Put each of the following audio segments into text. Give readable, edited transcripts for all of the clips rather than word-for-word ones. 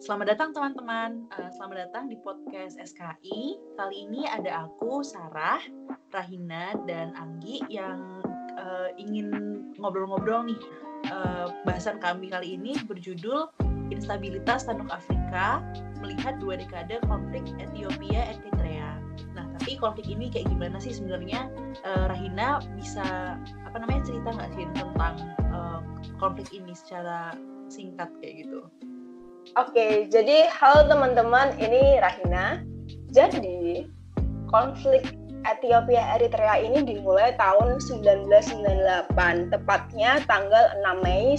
Selamat datang teman-teman, selamat datang di podcast SKI. Kali ini ada aku, Sarah, Rahina, dan Anggi yang ingin ngobrol-ngobrol nih. Bahasan kami kali ini berjudul Instabilitas Tanduk Afrika, melihat 2 dekade konflik Ethiopia-Eritrea. Nah, tapi konflik ini kayak gimana sih sebenarnya? Rahina bisa cerita nggak sih tentang konflik ini secara singkat kayak gitu? Oke, jadi halo teman-teman, ini Rahina. Jadi, konflik Ethiopia-Eritrea ini dimulai tahun 1998, tepatnya tanggal 6 Mei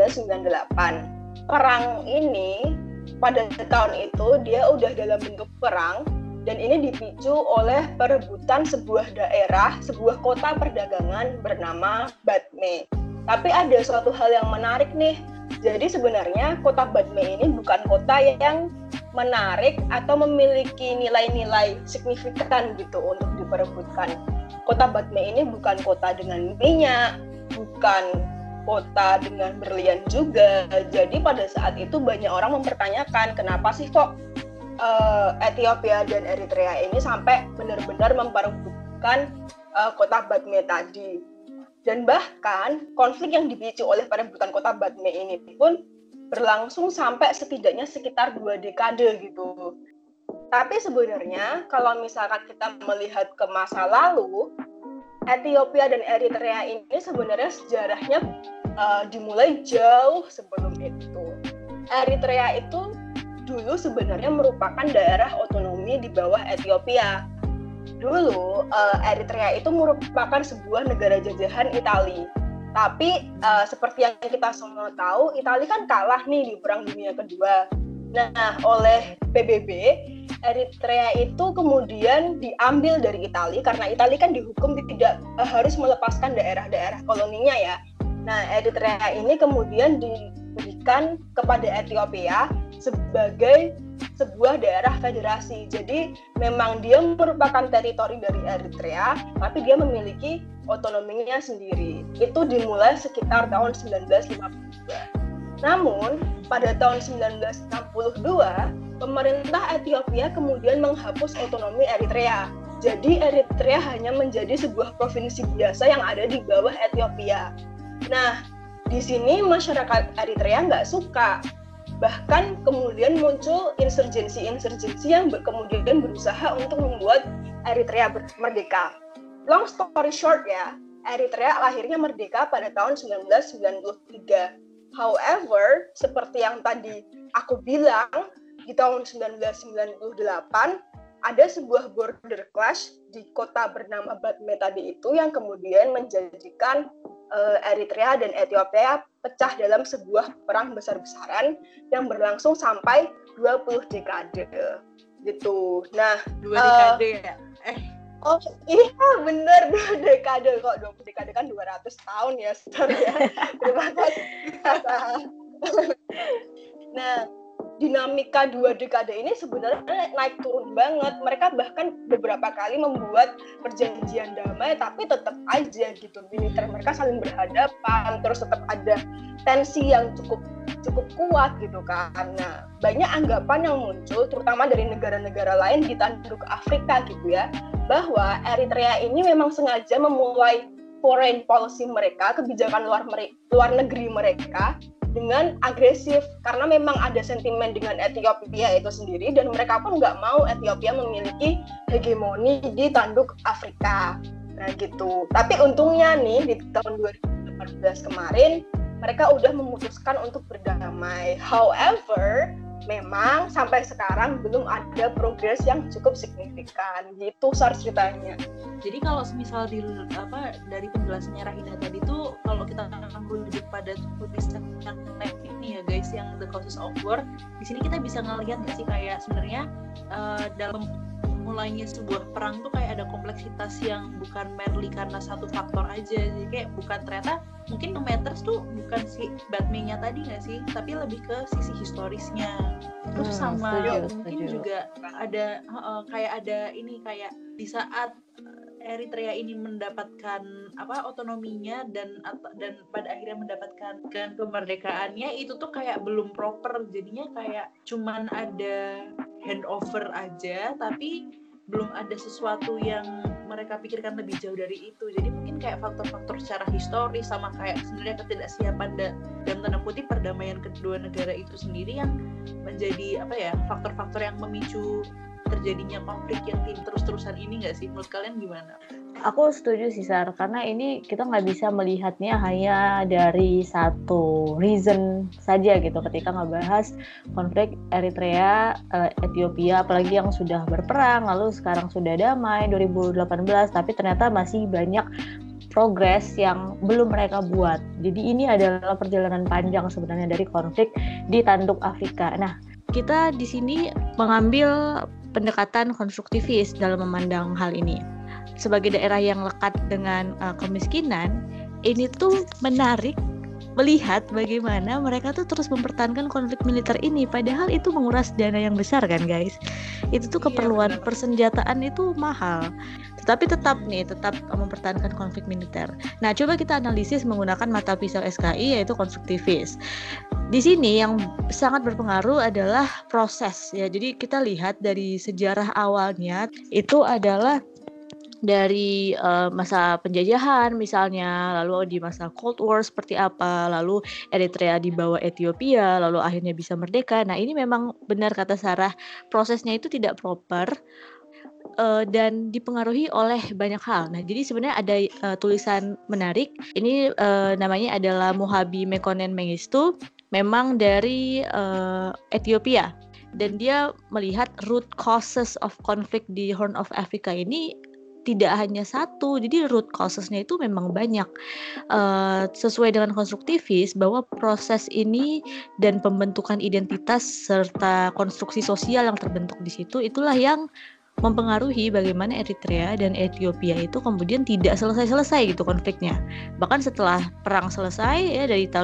1998. Perang ini pada tahun itu dia udah dalam bentuk perang, dan ini dipicu oleh perebutan sebuah daerah, sebuah kota perdagangan bernama Batme. Tapi ada suatu hal yang menarik nih. Jadi sebenarnya kota Batme ini bukan kota yang menarik atau memiliki nilai-nilai signifikan gitu untuk diperebutkan. Kota Batme ini bukan kota dengan minyak, bukan kota dengan berlian juga. Jadi pada saat itu banyak orang mempertanyakan kenapa sih kok Ethiopia dan Eritrea ini sampai benar-benar memperebutkan kota Batme tadi. Dan bahkan konflik yang dipicu oleh perebutan kota Batme ini pun berlangsung sampai setidaknya sekitar 2 dekade gitu. Tapi sebenarnya kalau misalkan kita melihat ke masa lalu, Ethiopia dan Eritrea ini sebenarnya sejarahnya dimulai jauh sebelum itu. Eritrea itu dulu sebenarnya merupakan daerah otonomi di bawah Ethiopia. Dulu Eritrea itu merupakan sebuah negara jajahan Italia. Tapi seperti yang kita semua tahu, Italia kan kalah nih di Perang Dunia Kedua. Nah, oleh PBB, Eritrea itu kemudian diambil dari Italia karena Italia kan dihukum tidak harus melepaskan daerah-daerah koloninya ya. Nah, Eritrea ini kemudian diberikan kepada Ethiopia sebagai sebuah daerah federasi. Jadi memang dia merupakan teritori dari Eritrea, tapi dia memiliki otonominya sendiri. Itu dimulai sekitar tahun 1952. Namun pada tahun 1962, pemerintah Ethiopia kemudian menghapus otonomi Eritrea. Jadi Eritrea hanya menjadi sebuah provinsi biasa yang ada di bawah Ethiopia. Nah, di sini masyarakat Eritrea nggak suka. Bahkan kemudian muncul insurgensi yang kemudian berusaha untuk membuat Eritrea merdeka. Long story short ya, Eritrea akhirnya merdeka pada tahun 1993. However, seperti yang tadi aku bilang, di tahun 1998 ada sebuah border clash di kota bernama Batme tadi itu yang kemudian menjadikan Eritrea dan Ethiopia pecah dalam sebuah perang besar-besaran yang berlangsung sampai 20 dekade gitu. Nah, 2 dekade ya? Oh iya bener 2 dekade kok. 20 dekade kan 200 tahun ya, sorry ya. Terima kasih. Nah, dinamika 2 dekade ini sebenarnya naik turun banget. Mereka bahkan beberapa kali membuat perjanjian damai, tapi tetap aja gitu militer mereka saling berhadapan, terus tetap ada tensi yang cukup kuat gitu kan. Nah, banyak anggapan yang muncul terutama dari negara-negara lain di tanduk Afrika gitu ya, bahwa Eritrea ini memang sengaja memulai foreign policy mereka, kebijakan luar negeri mereka dengan agresif karena memang ada sentimen dengan Ethiopia itu sendiri dan mereka pun nggak mau Ethiopia memiliki hegemoni di tanduk Afrika. Nah gitu. Tapi untungnya nih di tahun 2018 kemarin mereka udah memutuskan untuk berdamai. However, memang sampai sekarang belum ada progres yang cukup signifikan. Gitu Sar ceritanya. Jadi kalau misal dari penjelasannya Rahina tadi tuh, kalau kita merujuk pada tulisan yang ini ya guys, yang The Causes of War, di sini kita bisa ngelihat nggak sih kayak sebenarnya dalam mulainya sebuah perang tuh kayak ada kompleksitas yang bukan merely karena satu faktor aja. Jadi kayak bukan ternyata mungkin yang matters tuh bukan si Batme-nya tadi nggak sih, tapi lebih ke sisi historisnya. Terus sama mungkin juga ada kayak ada ini kayak di saat Eritrea ini mendapatkan otonominya dan pada akhirnya mendapatkan kemerdekaannya itu tuh kayak belum proper, jadinya kayak cuman ada handover aja tapi belum ada sesuatu yang mereka pikirkan lebih jauh dari itu. Jadi mungkin kayak faktor-faktor secara historis sama kayak sebenarnya ketidaksiapan dalam tanda kutip perdamaian kedua negara itu sendiri yang menjadi faktor-faktor yang memicu terjadinya konflik yang terus-terusan ini nggak sih? Menurut kalian gimana? Aku setuju sih Sar, karena ini kita nggak bisa melihatnya hanya dari satu reason saja gitu ketika ngebahas konflik Eritrea, Ethiopia, apalagi yang sudah berperang, lalu sekarang sudah damai 2018, tapi ternyata masih banyak progres yang belum mereka buat. Jadi ini adalah perjalanan panjang sebenarnya dari konflik di tanduk Afrika. Nah, kita di sini mengambil pendekatan konstruktivis dalam memandang hal ini. Sebagai daerah yang lekat dengan kemiskinan, ini tuh menarik melihat bagaimana mereka tuh terus mempertahankan konflik militer ini, padahal itu menguras dana yang besar kan guys. Itu tuh keperluan persenjataan itu mahal, tetapi tetap mempertahankan konflik militer. Nah, coba kita analisis menggunakan mata pisau SKI, yaitu konstruktivis. Di sini yang sangat berpengaruh adalah proses ya. Jadi kita lihat dari sejarah awalnya itu adalah dari masa penjajahan misalnya, lalu di masa Cold War seperti apa, lalu Eritrea di bawah Ethiopia, lalu akhirnya bisa merdeka. Nah, ini memang benar kata Sarah, prosesnya itu tidak proper dan dipengaruhi oleh banyak hal. Nah, jadi sebenarnya ada tulisan menarik. Ini namanya adalah Mohabi Mekonnen Mengistu, memang dari Ethiopia. Dan dia melihat root causes of conflict di Horn of Africa ini tidak hanya satu, jadi root causesnya itu memang banyak. Sesuai dengan konstruktivis bahwa proses ini dan pembentukan identitas serta konstruksi sosial yang terbentuk di situ itulah yang mempengaruhi bagaimana Eritrea dan Ethiopia itu kemudian tidak selesai-selesai gitu konfliknya. Bahkan setelah perang selesai ya dari tahun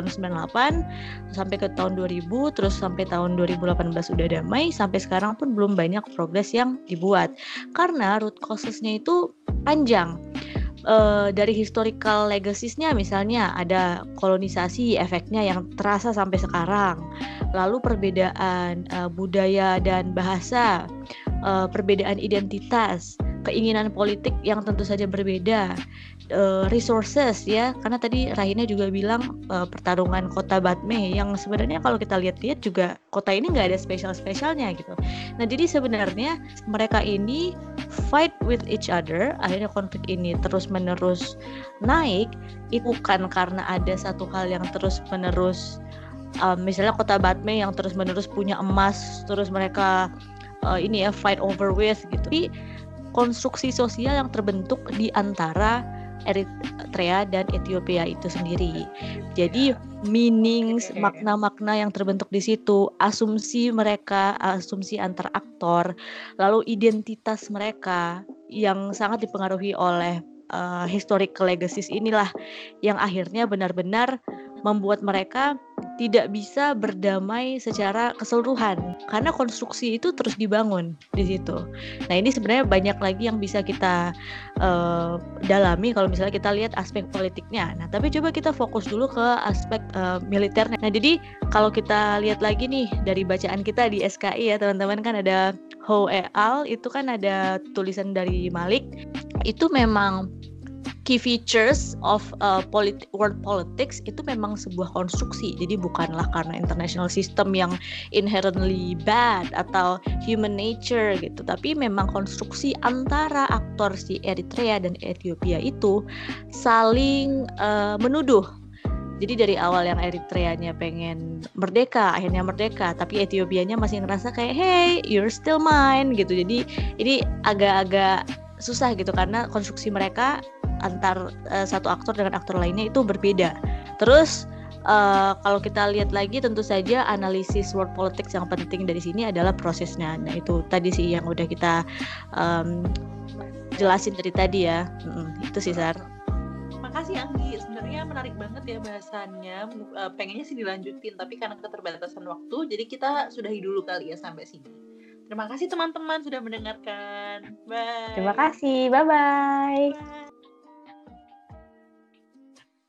98 sampai ke tahun 2000, terus sampai tahun 2018 udah damai, sampai sekarang pun belum banyak progres yang dibuat. Karena root causesnya itu panjang. Dari historical legasiesnya misalnya ada kolonisasi efeknya yang terasa sampai sekarang, lalu perbedaan budaya dan bahasa, perbedaan identitas, keinginan politik yang tentu saja berbeda, resources ya, karena tadi Rahina juga bilang pertarungan kota Batme yang sebenarnya kalau kita lihat-lihat juga kota ini nggak ada spesial-spesialnya gitu. Nah, jadi sebenarnya mereka ini fight with each other, akhirnya konflik ini terus-menerus naik, itu bukan karena ada satu hal yang terus-menerus misalnya kota Batme yang terus-menerus punya emas, terus mereka fight over with gitu. Tapi konstruksi sosial yang terbentuk di antara Eritrea dan Ethiopia itu sendiri. Jadi meanings, makna-makna yang terbentuk di situ, asumsi mereka, asumsi antar aktor, lalu identitas mereka yang sangat dipengaruhi oleh historical legacies inilah yang akhirnya benar-benar membuat mereka tidak bisa berdamai secara keseluruhan karena konstruksi itu terus dibangun di situ. Nah, ini sebenarnya banyak lagi yang bisa kita dalami kalau misalnya kita lihat aspek politiknya. Nah, tapi coba kita fokus dulu ke aspek militernya. Nah, jadi kalau kita lihat lagi nih dari bacaan kita di SKI ya teman-teman, kan ada Ho et al. Itu kan ada tulisan dari Malik. Itu memang key features of world politics itu memang sebuah konstruksi. Jadi bukanlah karena international system yang inherently bad atau human nature gitu, tapi memang konstruksi antara aktor si Eritrea dan Ethiopia itu saling menuduh. Jadi dari awal yang Eritreanya pengen merdeka, akhirnya merdeka, tapi Ethiopianya masih ngerasa kayak hey, you're still mine gitu. Jadi ini agak-agak susah gitu karena konstruksi mereka antar satu aktor dengan aktor lainnya itu berbeda. Terus kalau kita lihat lagi tentu saja analisis world politics yang penting dari sini adalah prosesnya. Nah, itu tadi sih yang udah kita jelasin dari tadi ya. Itu sih Sar. Makasih Anggi, sebenarnya menarik banget ya bahasannya. Pengennya sih dilanjutin tapi karena keterbatasan waktu jadi kita sudahi dulu kali ya sampai sini. Terima kasih teman-teman sudah mendengarkan. Bye. Terima kasih, bye-bye. Bye.